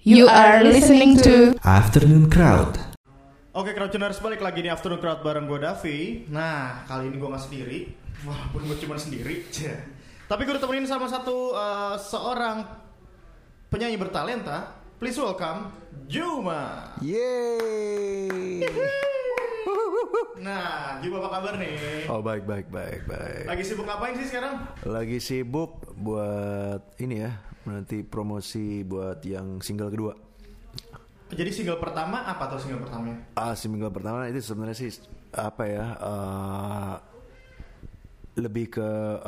You are listening to Afternoon Crowd. Oke, Crowdtuners, balik lagi di Afternoon Crowd bareng gue Davi. Nah, kali ini gue gak sendiri. Walaupun gue cuma sendiri. Tapi gue ditemenin sama seorang penyanyi bertalenta. Please welcome Juma. Yeay. Nah, Juma apa kabar nih? Oh baik. Lagi sibuk ngapain sih sekarang? Lagi sibuk buat ini ya, nanti promosi buat yang single kedua. Jadi single pertama apa tuh single pertamanya? Single pertama itu sebenarnya sih apa ya? Lebih ke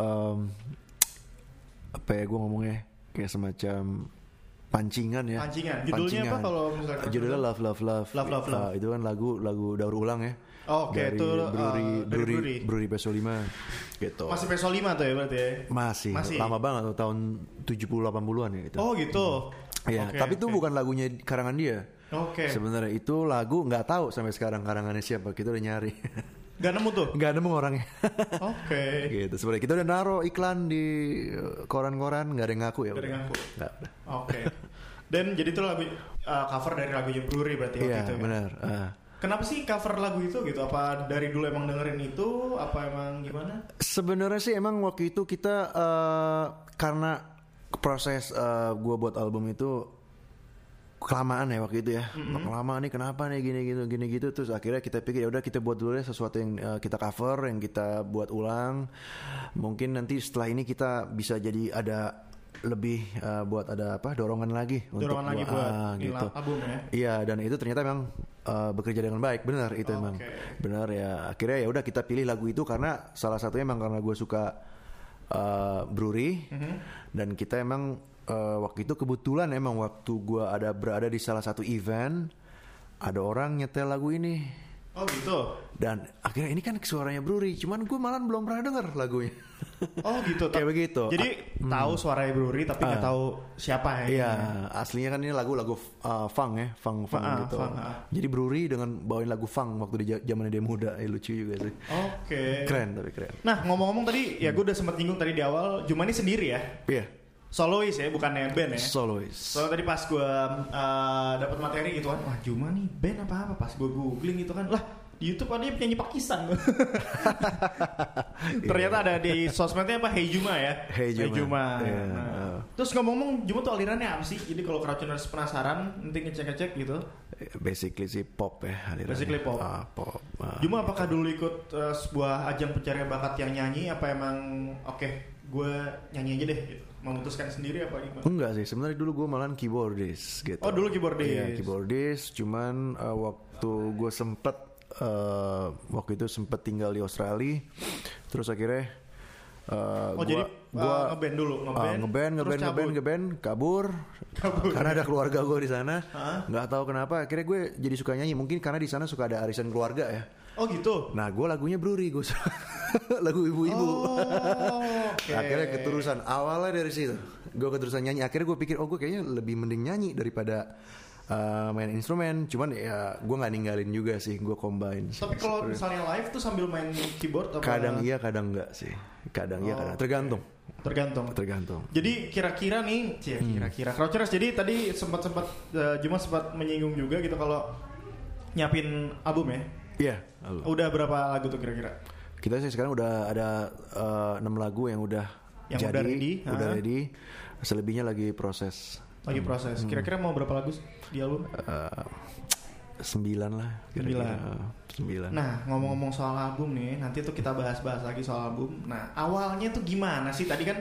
apa ya gue ngomongnya kayak semacam pancingan ya. Judulnya apa kalau misalkan? Judulnya Love. Itu kan lagu daur ulang ya. Oh, oke, dari itu Brewery Peso 5 gitu. Masih Peso 5 tuh ya berarti ya? Masih. Lama banget tuh, tahun 70-80-an ya gitu. Oh gitu. Iya, tapi itu bukan lagunya karangan dia. Oke. Sebenarnya itu lagu nggak tahu sampai sekarang karangannya siapa. Kita udah nyari. Gak nemu tuh? Nggak nemu orangnya. Oke. Gitu. Sebenarnya kita udah naruh iklan di koran-koran, nggak ada yang ngaku ya. Nggak ada yang ngaku. Nggak. Oke. Dan jadi itu lagu cover dari lagunya Brewery berarti waktu itu. Iya benar. Kenapa sih cover lagu itu gitu? Apa dari dulu emang dengerin itu? Apa emang gimana? Sebenarnya sih emang waktu itu kita karena proses gue buat album itu kelamaan ya waktu itu ya. Kelamaan nih kenapa nih gini gitu. Terus akhirnya kita pikir ya udah kita buat dulu ya sesuatu yang kita cover, yang kita buat ulang. Mungkin nanti setelah ini kita bisa jadi ada lebih buat ada apa dorongan lagi buat gitu. Album ya. Iya, dan itu ternyata memang bekerja dengan baik, benar itu emang. Benar ya. Akhirnya ya udah kita pilih lagu itu karena salah satunya emang karena gue suka Brewery dan kita emang waktu itu kebetulan emang waktu gue berada di salah satu event ada orang nyetel lagu ini. Oh gitu. Dan akhirnya ini kan suaranya Brewery, cuman gue malah belum pernah denger lagunya. Oh gitu. Kayak begitu. Jadi tahu suaranya Brewery tapi nggak tahu siapa ya. Iya, aslinya kan ini lagu funk ya, funk gitu. Jadi Brewery dengan bawain lagu funk waktu di zamannya dia muda, lucu juga sih. Oke. Keren. Nah ngomong-ngomong tadi, ya gue udah sempat nyinggung tadi di awal, Juma ini sendiri ya. Iya. Solois ya, bukannya band ya. Solois. Soalnya tadi pas gue dapat materi gitu kan, wah Juma nih band apa? Pas gue googling gitu kan, lah di YouTube ada penyanyi Pakistan. Ternyata ada di sosmednya apa? Hey Juma ya. Hey Juma. Yeah. Nah. Terus ngomong-ngomong Juma tuh alirannya apa sih? Jadi kalau Crowdtuners penasaran, nanti ngecek gitu. Basically sih pop ya alirannya. Basically pop. Pop. Juma apakah dulu ikut sebuah ajang pencarian bakat yang nyanyi? Apa emang gue nyanyi aja deh gitu? Memutuskan sendiri apa gimana? Enggak sih, sebenarnya dulu gue malahan keyboardist gitu. Oh dulu keyboardist. Iya keyboardist, cuman waktu gue waktu itu sempet tinggal di Australia, terus akhirnya jadi ngeband dulu, ngeband kabur. Karena ada keluarga gue di sana, nggak tahu kenapa akhirnya gue jadi suka nyanyi, mungkin karena di sana suka ada arisan keluarga ya. Oh gitu. Nah gue lagunya Brewery, gue lagu ibu-ibu. Okay. Akhirnya keterusan awalnya dari situ. Gue keterusan nyanyi. Akhirnya gue pikir gue kayaknya lebih mending nyanyi daripada main instrumen. Cuman ya gue nggak ninggalin juga sih. Gue combine. Tapi kalau misalnya live tuh sambil main keyboard apa? Kadang iya, kadang enggak sih. Kadang iya, kadang tergantung. Jadi kira-kira nih, Crowdtuners. Jadi tadi sempat Juma sempat menyinggung juga gitu kalau nyiapin album ya. Iya. Udah berapa lagu tuh kira-kira? Kita sih sekarang udah ada 6 lagu yang udah jadi, udah ready. Selebihnya lagi proses. Kira-kira mau berapa lagu di album? 9 lah. 9. Nah ngomong-ngomong soal album nih, nanti tuh kita bahas-bahas lagi soal album. Nah awalnya tuh gimana sih? Tadi kan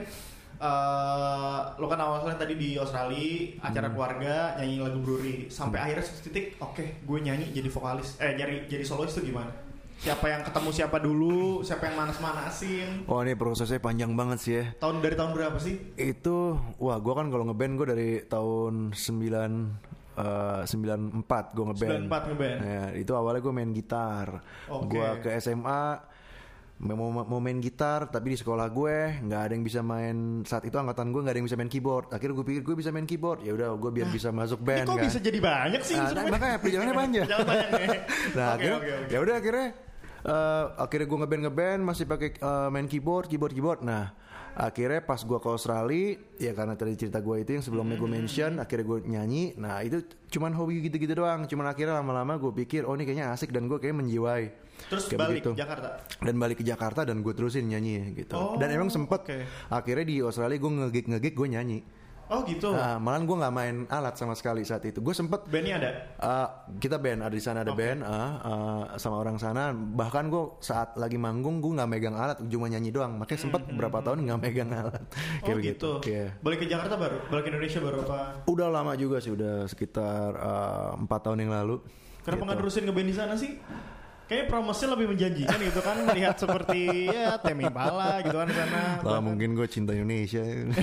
lo kan awalnya tadi di Australia acara keluarga nyanyi lagu Brewery sampai akhirnya suatu titik gue nyanyi jadi vokalis jadi solois tuh gimana? Siapa yang ketemu siapa dulu? Siapa yang manas-manasin? Oh ini prosesnya panjang banget sih ya. Dari tahun berapa sih? Itu gue kan kalau ngeband gue dari tahun 94 gue ngeband. 94 ngeband. Ya, itu awalnya gue main gitar. Gue ke SMA mau main gitar, tapi di sekolah gue nggak ada yang bisa main. Saat itu angkatan gue nggak ada yang bisa main keyboard. Akhirnya gue pikir gue bisa main keyboard. Ya udah gue biar bisa masuk band. Kok bisa jadi banyak sih? Makanya perjalanannya panjang. Nah akhirnya ya udah akhirnya gue ngeband masih pakai main keyboard. Nah Akhirnya pas gue ke Australia, ya karena tadi cerita gue itu yang sebelumnya gue mention, akhirnya gue nyanyi. Nah itu cuman hobi gitu-gitu doang. Cuman akhirnya lama-lama gue pikir, oh ini kayaknya asik dan gue kayak menjiwai. Terus kayak balik begitu. ke Jakarta. Dan balik ke Jakarta dan gue terusin nyanyi gitu. Oh, dan emang sempet okay. Akhirnya di Australia gue ngegig gue nyanyi. Oh gitu. Malah gue nggak main alat sama sekali saat itu. Gue sempet bandnya ada. Kita band ada di sana ada band sama orang sana. Bahkan gue saat lagi manggung gue nggak megang alat, cuma nyanyi doang. Makanya sempet berapa tahun nggak megang alat. Kayak gitu. Yeah. Balik ke Jakarta baru, balik ke Indonesia baru apa? Udah lama juga sih, udah sekitar 4 tahun yang lalu. Kenapa nggak gitu. terusin ke band di sana sih? Kayaknya promosinya lebih menjanjikan gitu kan, lihat seperti ya Temi Impala gitu kan di sana. Lah mungkin gue cinta Indonesia.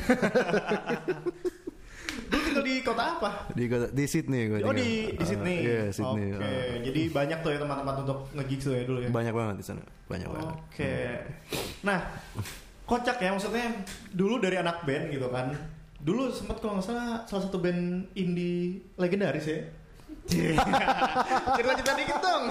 Lu tinggal di kota apa? Di Sydney gue. Oh di Sydney. Iya Sydney. Oke, jadi banyak tuh ya tempat-tempat untuk nge-gigs tuh ya dulu ya. Banyak banget di sana, banyak banget. Oke. Nah, kocak ya maksudnya dulu dari anak band gitu kan. Dulu sempat kalau nggak salah satu band indie legendaris ya. Cerita dikit dong.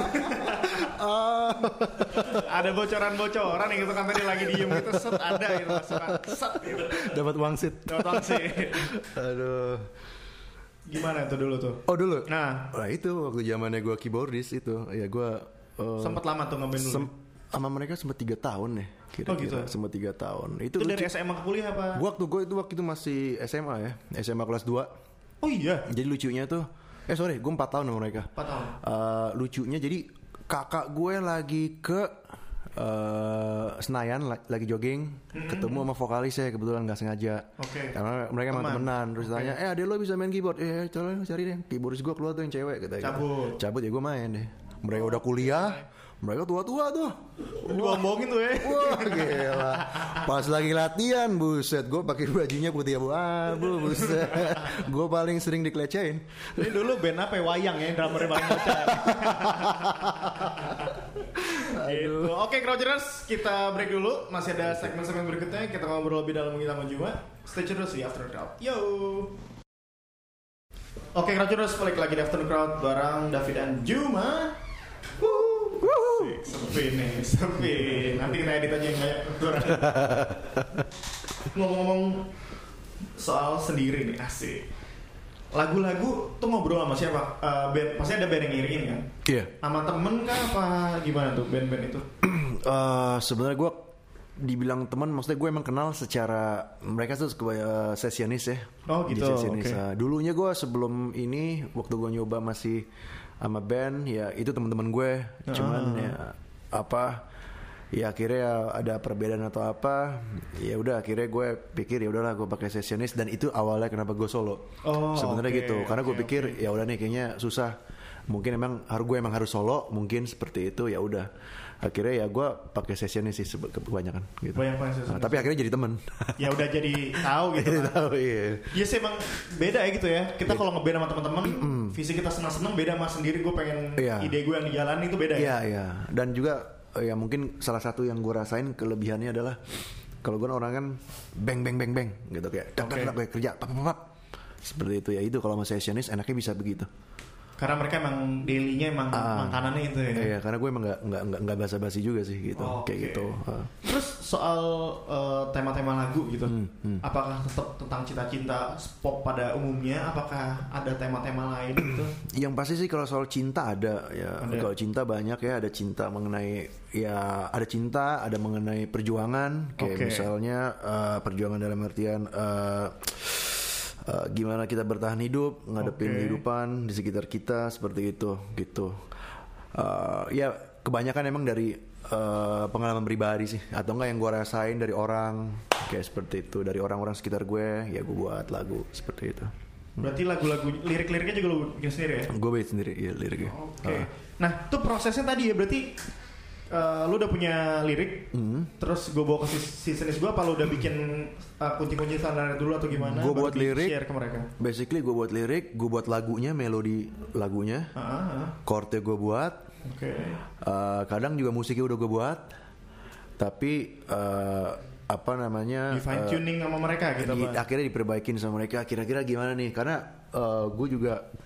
Ada bocoran-bocoran yang gitu kan tadi lagi diem gitu set ada gitu set gitu. Dapat wangsit. Aduh. Gimana itu dulu tuh? Oh dulu. Nah itu waktu zamannya gue keyboardis itu ya gue. Sempat lama tuh ngeband dulu. Sama mereka sempat 3 tahun ya. Kira-kira. Oh gitu. Sempat 3 tahun. Itu dari SMA ke kuliah apa? Gue itu masih SMA ya. SMA kelas 2. Oh iya. Jadi lucunya tuh gue 4 tahun sama mereka. 4 tahun. Lucunya jadi kakak gue lagi ke Senayan lagi jogging, ketemu sama vokalisnya kebetulan nggak sengaja. Karena mereka emang temenan. Terus tanya, adek lo bisa main keyboard? Cari deh. Keyboardis gue keluar tuh yang cewek katanya. Cabut ya gue main deh. Mereka udah kuliah. Mereka tua-tua tuh. Dibombongin tuh ya. Wah gila. Pas lagi latihan, buset. Gue pakai bajunya putih abu-abu, buset. Gue paling sering dikelecehin. Ini dulu band apa ya? Wayang ya, drummernya paling bocah. Gitu. Oke, Crowders, kita break dulu. Masih ada segmen-segmen berikutnya. Kita ngobrol lebih dalam kita sama Juma. Stay tune terus di After Crowd. Yo. Oke, Crowders, balik lagi di After Crowd bareng David dan Juma. Sepi. Nanti kita edit aja yang banyak ukuran. Ngomong-ngomong soal sendiri nih, asik. Lagu-lagu tuh ngobrol sama siapa? Band, pasti ada band yang ngiriin kan? Iya. Sama temen kah apa gimana tuh band-band itu? Sebenarnya gue dibilang teman, maksudnya gue emang kenal secara mereka tuh sesionis ya. Oh gitu. Sesionis. Dulunya gue sebelum ini waktu gue nyoba masih sama band ya itu teman-teman gue, cuman ya akhirnya ada perbedaan atau apa, ya udah akhirnya gue pikir ya udahlah gue pakai sesionis dan itu awalnya kenapa gue solo. Sebenarnya gitu, karena gue pikir ya udah nih kayaknya susah, mungkin gue emang harus solo, mungkin seperti itu ya udah. Akhirnya ya gue pakai sesionis sih kebanyakan gitu. Tapi akhirnya jadi teman. Ya udah jadi tahu gitu. Kan. Tahu iya. Ya sih emang beda ya gitu ya. Kita kalau ngeband sama teman-teman, visi kita senang-senang beda sama sendiri. Gue pengen ide gue yang dijalani itu beda ya. Iya. Dan juga ya mungkin salah satu yang gue rasain kelebihannya adalah kalau gue orang kan bang gitu kayak kayak kerja pap. Seperti itu ya, itu kalau sama sesionis enaknya bisa begitu. Karena mereka emang daily-nya emang makanannya itu ya. Iya, karena gue emang nggak basa-basi juga sih gitu, kayak gitu. Terus soal tema-tema lagu gitu, apakah tetap tentang cinta-cinta pop pada umumnya? Apakah ada tema-tema lain gitu? Yang pasti sih kalau soal cinta ada ya. Kalau cinta banyak ya, ada cinta mengenai ada mengenai perjuangan, kayak misalnya perjuangan dalam artian gimana kita bertahan hidup, ngadepin kehidupan di sekitar kita seperti itu gitu. Ya kebanyakan emang dari pengalaman pribadi sih, atau enggak yang gue rasain dari orang kayak seperti itu, dari orang-orang sekitar gue, ya gue buat lagu seperti itu. Berarti lagu-lagu lirik-liriknya juga lo bikin sendiri ya? Gue bikin sendiri ya liriknya. Nah tuh prosesnya tadi ya berarti lu udah punya lirik, terus gue bawa ke seasonis gue, apa lu udah bikin kunci-kunci standar dulu atau gimana? Gue buat lirik, share ke mereka. Basically gue buat lirik, gue buat lagunya, melodi lagunya, chordnya gue buat, kadang juga musiknya udah gue buat, tapi di fine tuning sama mereka gitu akhirnya diperbaikin sama mereka, kira-kira gimana nih, karena gue juga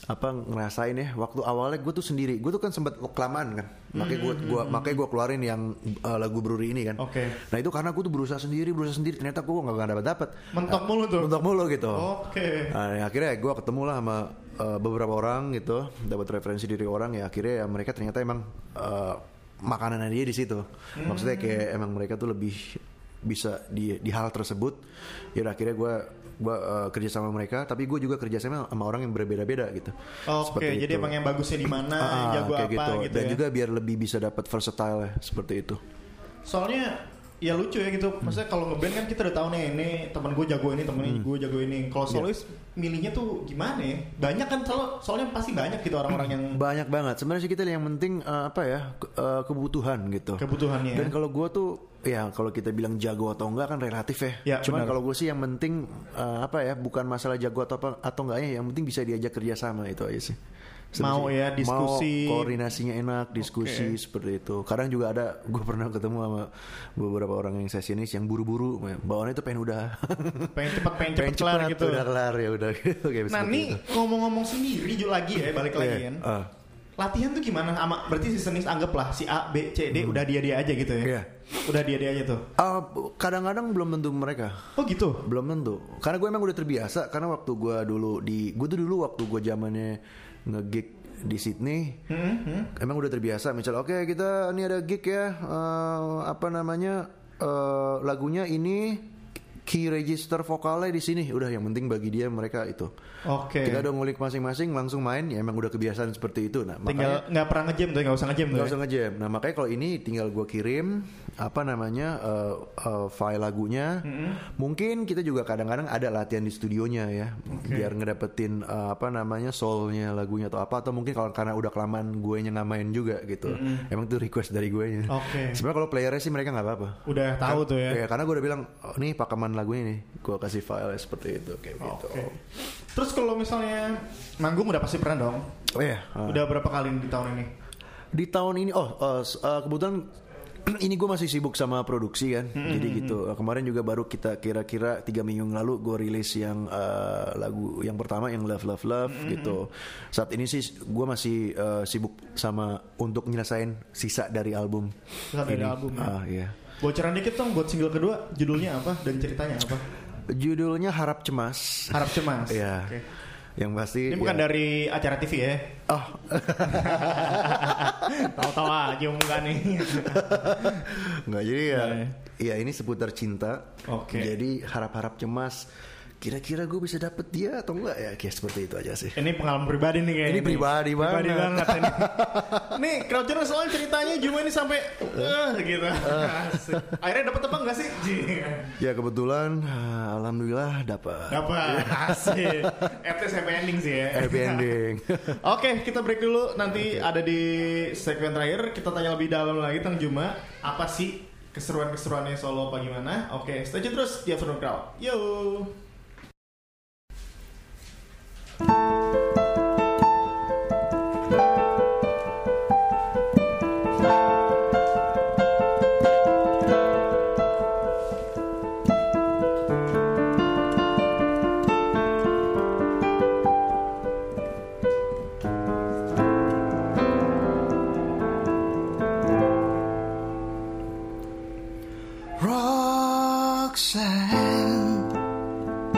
ngerasain ya waktu awalnya gue tuh sendiri, gue tuh kan sempat kelamaan kan, makanya gue keluarin yang lagu Brewery ini kan. Nah itu karena gue tuh berusaha sendiri, ternyata gue nggak dapat mentok mulu gitu. Nah, akhirnya gue ketemu lah sama beberapa orang gitu, dapat referensi dari orang ya, akhirnya ya mereka ternyata emang makanannya dia di situ. Maksudnya kayak emang mereka tuh lebih bisa di hal tersebut. Ya udah akhirnya gue kerja sama mereka, tapi gue juga kerja sama orang yang berbeda-beda gitu. Jadi emang yang bagusnya di mana, jago apa gitu. Dan juga biar lebih bisa dapat versatile ya, seperti itu. Soalnya ya lucu ya gitu. Maksudnya kalau ngeband kan kita udah tahu nih, ini teman gue jago ini, temen gue jago ini. Kalau solois milihnya tuh gimana ya? Banyak kan soalnya pasti banyak gitu orang-orang yang banyak banget. Sebenarnya sih kita yang penting kebutuhan gitu. Kebutuhannya. Dan kalau gue tuh ya kalau kita bilang jago atau enggak kan relatif ya. Cuman kalau gue sih yang penting bukan masalah jago atau enggaknya, yang penting bisa diajak kerja sama, itu aja sih. Mau ya diskusi, mau koordinasinya enak, diskusi seperti itu. Kadang juga ada, gue pernah ketemu sama beberapa orang yang sesionis yang buru-buru, bawaannya itu pengen cepet kelar gitu. Udah kelar ya udah. Nah nih ngomong-ngomong sendiri lagi ya, balik lagi kan. Latihan tuh gimana? Berarti sesionis anggaplah si A, B, C, D udah dia aja gitu ya. Udah dia aja tuh. Kadang-kadang belum tentu mereka. Oh gitu. Belum tentu. Karena gue emang udah terbiasa. Karena waktu gue dulu waktu gue zamannya nge-gig di Sydney, emang udah terbiasa. Misal kita ini ada gig ya, lagunya ini key register vokalnya di sini. Udah yang penting bagi dia mereka itu. Kita udah ngulik masing-masing, langsung main. Ya emang udah kebiasaan seperti itu. Nah, tinggal nggak pernah ngejam tuh, nggak usah ngejam. Nggak usah ngejam. Nah makanya kalau ini tinggal gue kirim file lagunya. Mungkin kita juga kadang-kadang ada latihan di studionya ya, biar ngedapetin soulnya lagunya atau mungkin kalau karena udah kelamaan gue nya nggak main juga gitu. Emang tuh request dari gue nya. Sebenarnya kalau playernya sih mereka nggak apa-apa. Udah tahu tuh ya. Karena gue udah bilang nih pakeman lagunya nih, gue kasih file seperti itu kayak gitu. Terus kalau misalnya manggung udah pasti pernah dong? Udah berapa kali di tahun ini? Di tahun ini kebetulan ini gue masih sibuk sama produksi kan, jadi gitu. Kemarin juga baru kita kira-kira 3 minggu yang lalu gue rilis yang lagu yang pertama yang Love gitu. Saat ini sih gue masih sibuk sama untuk nyelesain sisa dari album. Iya. Bocoran dikit dong buat single kedua, judulnya apa dan ceritanya apa? Judulnya Harap Cemas. Iya. Yang pasti ini bukan dari acara TV ya. Tahu-tahu aja enggak nih. Enggak, jadi ya ini seputar cinta. Jadi harap-harap cemas, kira-kira gue bisa dapet dia atau enggak ya, kayak seperti itu aja sih. Ini pengalaman pribadi nih kayaknya. Ini pribadi banget ini. Nih Croucher soalnya ceritanya Juma ini sampai gitu. Akhirnya dapet apa enggak sih? Ya kebetulan alhamdulillah dapat. Asik. At happy ending sih ya. Happy ending. Oke, kita break dulu. Nanti ada di segmen terakhir kita tanya lebih dalam lagi tentang Juma. Apa sih keseruan-keseruannya solo apa gimana? Oke, stay tune terus di Afternoon Crowd. Yo. Roxanne,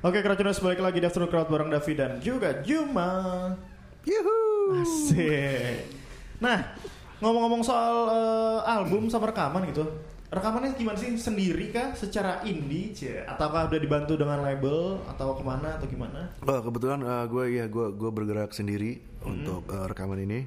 Oke, Crowdtuners balik lagi di Afternoon Crowd bareng Davi dan juga Juma. Yuhu. Asik. Nah, ngomong-ngomong soal album sama rekaman gitu. Rekamannya gimana sih? Sendiri kah? Secara indie? Ataukah udah dibantu dengan label? Atau kemana? Atau gimana? Kebetulan gue bergerak sendiri untuk rekaman ini.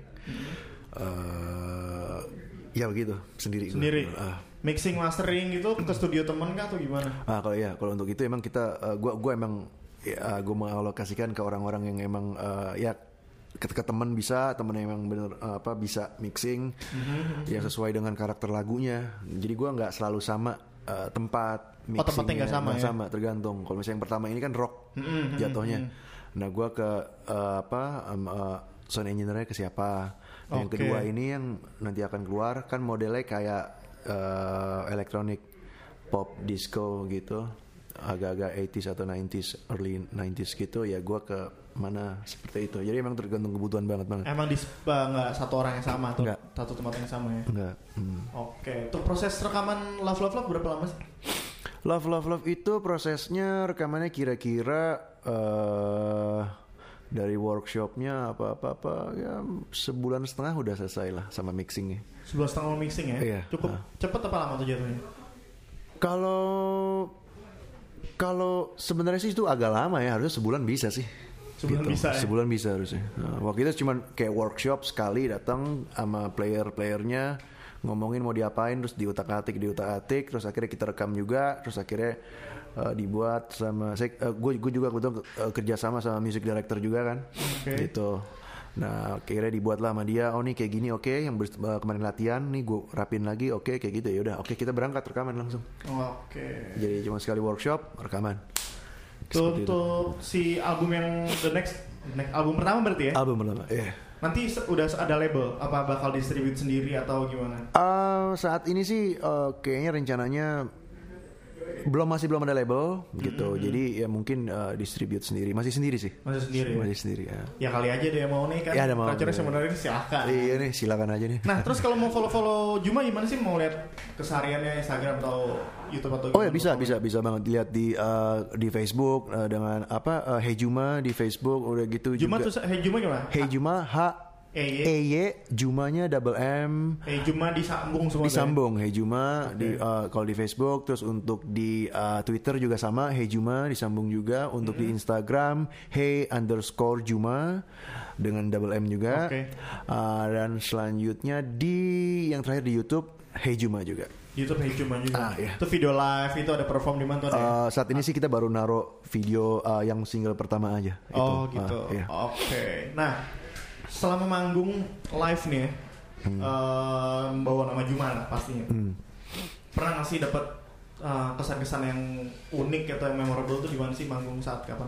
Ya begitu, sendiri. Mixing, mastering gitu ke studio temen kah atau gimana? Kalau untuk itu emang kita, gue emang gue mengalokasikan ke orang-orang yang emang ke teman bisa, temen yang emang bener bisa mixing, yang sesuai dengan karakter lagunya. Jadi gue nggak selalu sama tempat mixingnya. Tempatnya nggak sama, sama, tergantung. Kalau misalnya yang pertama ini kan rock jatuhnya. Nah gue ke sound engineer-nya ke siapa. Yang kedua ini yang nanti akan keluar kan modelnya kayak electronic pop disco gitu, agak-agak 80s atau 90s, early 90s gitu. Ya gue ke mana seperti itu. Jadi emang tergantung kebutuhan banget. Emang nggak satu orang yang sama tuh, satu tempat yang sama ya? Enggak. Oke, untuk proses rekaman Love berapa lama sih? Love itu prosesnya rekamannya kira-kira dari workshopnya apa ya 1,5 bulan udah selesai lah sama mixingnya. 1,5 bulan mixing ya? Iya. Cukup cepet apa lama tuh jatuhnya? Kalau sebenarnya sih itu agak lama ya, harusnya sebulan bisa sih. Sebulan bisa harusnya. Waktu itu cuma kayak workshop sekali, datang sama player-playernya, ngomongin mau diapain, terus diutak-atik, terus akhirnya kita rekam juga, terus akhirnya dibuat sama gue juga kebetulan kerja sama music director juga kan, gitu. Nah akhirnya dibuat lah sama dia. Oh nih kayak gini, oke. Yang kemarin latihan nih gue rapin lagi, oke kayak gitu ya udah. Oke kita berangkat rekaman langsung. Jadi cuma sekali workshop rekaman. Untuk si album yang the next album pertama berarti ya? Album pertama, iya. Nanti udah ada label, apa bakal distribute sendiri atau gimana? Saat ini sih kayaknya rencananya masih belum ada label gitu. Jadi ya mungkin distribute sendiri. Masih sendiri sih. Masih sendiri ya. Ya kali aja deh mau nih kan. Ya ada mau. Crowdtuners sebenarnya silakan. Iya nih, silakan aja nih. Nah, terus kalau mau follow Juma gimana sih? Mau lihat kesehariannya Instagram atau YouTube atau gimana? Oh ya bisa banget lihat di Facebook dengan Hey Juma di Facebook udah gitu. Juma juga. Tuh Hey Juma gimana? Hey Juma EY, Jumanya double M. Hey Juma disambung semua. Disambung Hey Juma kalau di Facebook, terus untuk di Twitter juga sama Hey Juma disambung juga, untuk di Instagram Hey_Juma dengan double M juga. Dan selanjutnya yang terakhir di YouTube Hey Juma juga. YouTube Hey Juma juga. Iya. Itu video live itu ada perform di mana tuh? Saat ini sih kita baru naruh video yang single pertama aja. Gitu. Iya. Oke. Nah, selama manggung live nih, bawa nama Juma lah pastinya. Pernah nggak sih dapat kesan-kesan yang unik atau yang memorable tuh di mana sih manggung saat kapan?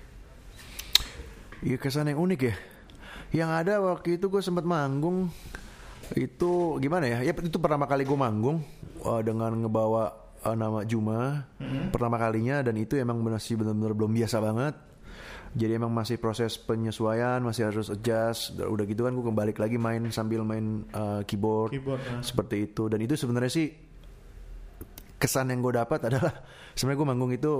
Iya kesan yang unik ya. Yang ada waktu itu gue sempat manggung itu gimana ya? Ya itu pertama kali gue manggung dengan ngebawa nama Juma pertama kalinya, dan itu emang masih benar-benar belum biasa banget. Jadi emang masih proses penyesuaian, masih harus adjust. Udah gitu kan gue kembali lagi sambil main keyboard seperti itu. Dan itu sebenarnya sih kesan yang gue dapat adalah sebenarnya gue manggung itu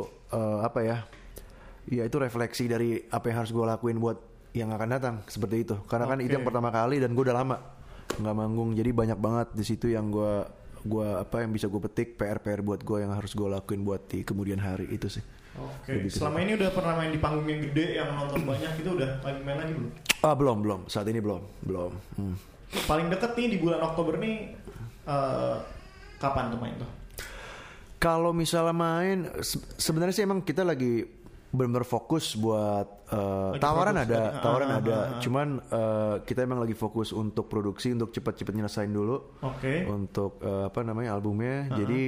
ya itu refleksi dari apa yang harus gue lakuin buat yang akan datang seperti itu. Karena kan itu yang pertama kali dan gue udah lama nggak manggung. Jadi banyak banget di situ yang gue yang bisa gue petik, PR buat gue yang harus gue lakuin buat di kemudian hari itu sih. Selama ini udah pernah main di panggung yang gede yang nonton banyak gitu, udah lagi main lagi belum? Belum. Saat ini belum. Paling deket nih di bulan Oktober nih kapan tuh main tuh? Kalau misalnya main, sebenarnya sih emang kita lagi benar-benar fokus buat tawaran ada. Cuman kita emang lagi fokus untuk produksi, untuk cepat-cepat nyelesain dulu. Untuk albumnya. Jadi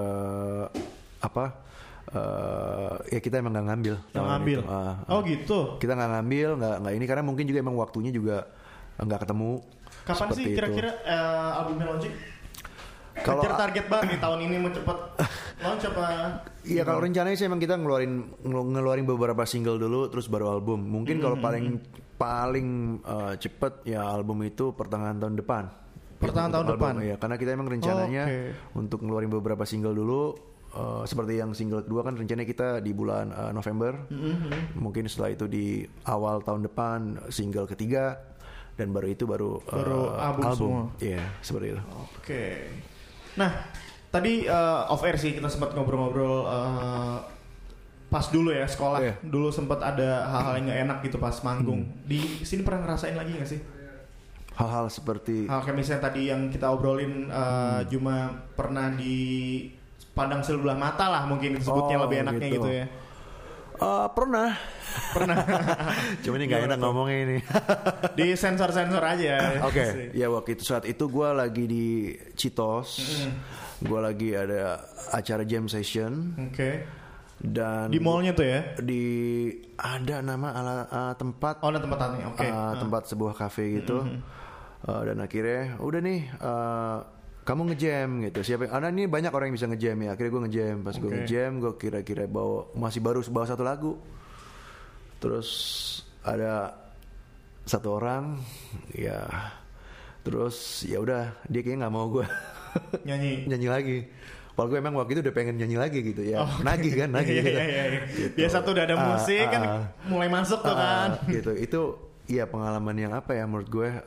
ya kita emang nggak ngambil. Gitu. Kita nggak ngambil, nggak ini karena mungkin juga emang waktunya juga nggak ketemu. Kapan sih kira-kira albumnya launching? Kalau target banget nih tahun ini mau cepet launch apa? Iya kalau rencananya sih emang kita ngeluarin beberapa single dulu, terus baru album. Mungkin kalau paling cepet ya album itu pertengahan tahun depan. Pertengahan tahun depan. Ya karena kita emang rencananya untuk ngeluarin beberapa single dulu. seperti yang single kedua kan rencananya kita di bulan November. Mungkin setelah itu di awal tahun depan single ketiga dan baru album. semua. Iya, seperti itu. Oke. Nah, tadi off air sih kita sempat ngobrol-ngobrol pas dulu ya sekolah. Iya. Dulu sempat ada hal-hal yang gak enak gitu pas manggung. Di sini pernah ngerasain lagi gak sih? Hal-hal seperti Hal kayak misalnya tadi yang kita obrolin cuma pernah dipandang sebelah mata lah mungkin disebutnya lebih enaknya gitu ya. pernah. Cuma ini nggak enak ngomongnya ini. Di sensor-sensor aja. Oke, ya waktu itu saat itu gue lagi di Citos, gue lagi ada acara jam session. Oke. Dan Di mallnya tuh ya? Ada nama tempat. Oh, ada tempatnya. Oke. Tempat sebuah kafe gitu. Dan akhirnya udah nih. Kamu ngejam gitu. Siapa? Ada nih banyak orang yang bisa ngejam ya. Akhirnya gue ngejam. Pas gue ngejam, gue kira-kira baru bawa satu lagu. Terus ada satu orang, ya. Terus ya udah, dia kayaknya nggak mau gue nyanyi lagi. Padahal gue emang waktu itu udah pengen nyanyi lagi gitu ya. Nagih gitu. Gitu. Biasa tuh udah ada musik kan mulai masuk tuh kan. Gitu. Itu ya pengalaman yang apa ya menurut gue.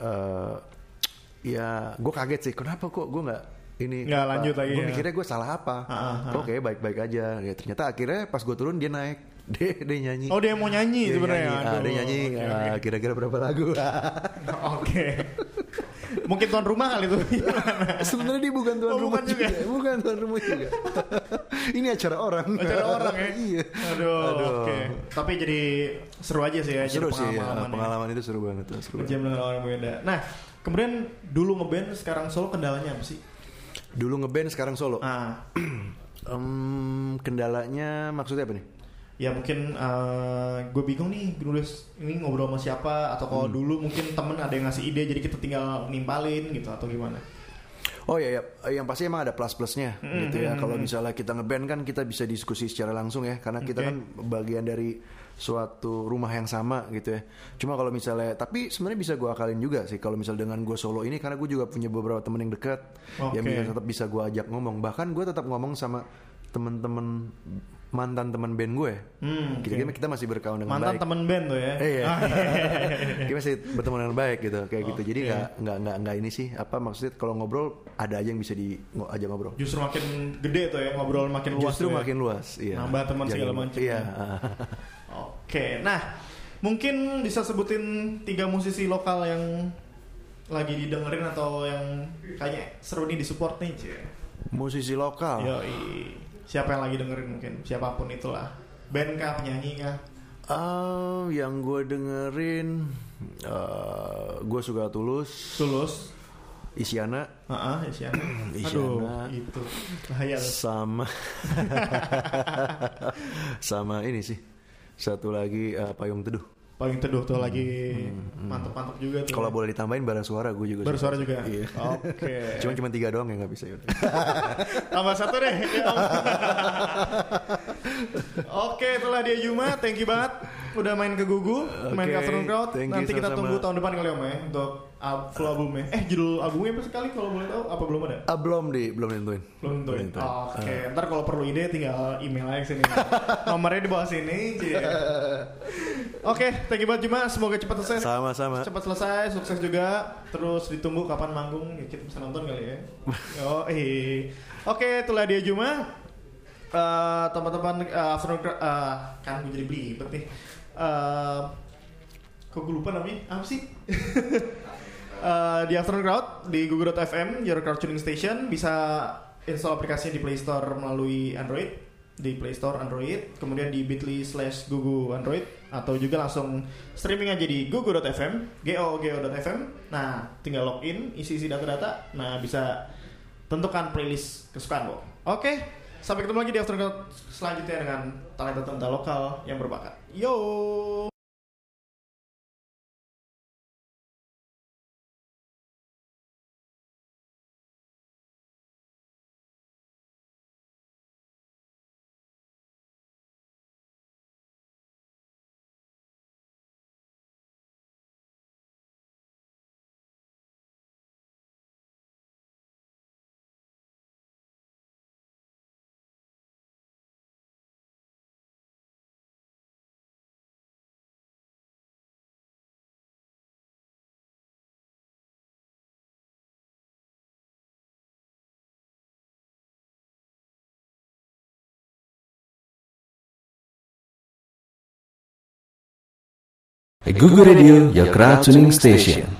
Ya gue kaget sih, kenapa kok gue nggak lanjut lagi. Gue mikirnya gue salah apa. Oke, baik-baik aja. Ya, ternyata akhirnya pas gue turun dia naik, dia nyanyi. Oh, dia mau nyanyi sebenarnya. Dia nyanyi. Kira-kira berapa lagu? Oke. Mungkin tuan rumah kali itu. Sebenarnya dia bukan tuan rumah juga. Bukan tuan rumah juga. Ini acara orang. Acara orang ya. Iya. Aduh. Oke. Tapi jadi seru aja sih ya. Seru sih. Pengalaman itu seru banget. Jam dengan orang beda. Nah, kemudian dulu ngeband, sekarang solo, kendalanya apa sih? Dulu ngeband, sekarang solo. Kendalanya maksudnya apa nih? Ya mungkin gue bingung nih nulis ini ngobrol sama siapa, atau kalau dulu mungkin temen ada yang ngasih ide jadi kita tinggal nimpalin gitu atau gimana? Oh ya, yang pasti emang ada plus-plusnya gitu ya. Kalau misalnya kita ngeband kan kita bisa diskusi secara langsung ya, karena kita kan bagian dari suatu rumah yang sama gitu ya. Cuma kalau misalnya, tapi sebenarnya bisa gue akalin juga sih kalau misalnya dengan gue solo ini, karena gue juga punya beberapa temen yang dekat yang tetap bisa gue ajak ngomong. Bahkan gue tetap ngomong sama temen-temen mantan teman band gue. Kita masih berkawan dengan mantan baik. Mantan teman band tuh ya. Iya. Kita masih berteman dengan baik gitu, kayak gitu. Jadi nggak ini sih. Apa maksudnya kalau ngobrol ada aja yang bisa diajak ngobrol. Justru makin gede tuh ya, ngobrol makin luas. Justru makin ya. Luas. Iya. Nambah teman segala macam. Iya. Oke, nah mungkin bisa sebutin 3 musisi lokal yang lagi didengerin atau yang kayaknya seru nih disupport nih, Cie. Musisi lokal. Yoi. Siapa yang lagi dengerin mungkin, siapapun itulah. Band kah, penyanyi kah? Yang gue dengerin, gue suka Tulus. Isyana. Isyana. Isyana. Aduh, itu bahaya. Sama ini sih. Satu lagi Payung Teduh. Payung Teduh tuh lagi mantap-mantap juga tuh. Kalau boleh ditambahin Bara Suara, gue juga. Bara Suara juga. Iya. Oke. Cuma 3 doang yang nggak bisa. Tambah 1 deh. Oke, itulah dia Yuma. Thank you banget udah main ke Gugu, main ke Afternoon Crowd. Nanti kita tunggu tahun depan kali Om ya untuk full albumnya. Judul albumnya apa sekali kalau boleh tahu? Apa belum ada? Belum nentuin. Belum nentuin. Oke, ntar kalau perlu ide tinggal email aja sini. Nomornya di bawah sini. Oke, thank you banget Yuma. Semoga cepat selesai. Sama-sama. Cepat selesai, sukses juga. Terus ditunggu kapan manggung, ya kita bisa nonton kali ya. Oke, itulah dia Yuma. Teman-teman Afternoon Crowd, kan gue jadi belibet nih. Kok gue lupa namanya? Apa sih? Di Afternoon Crowd di Google.fm, your crowd tuning station. Bisa install aplikasinya di Play Store melalui Android, di Play Store Android, kemudian di bit.ly/gugu Android, atau juga langsung streaming aja di gugu.fm, go.fm. Nah, tinggal login, isi data-data. Nah, bisa tentukan playlist kesukaan lo. Oke, sampai ketemu lagi di Afternoon Crowd selanjutnya dengan talenta-talenta lokal yang berbakat. Yo. Google Radio, your crowd tuning station.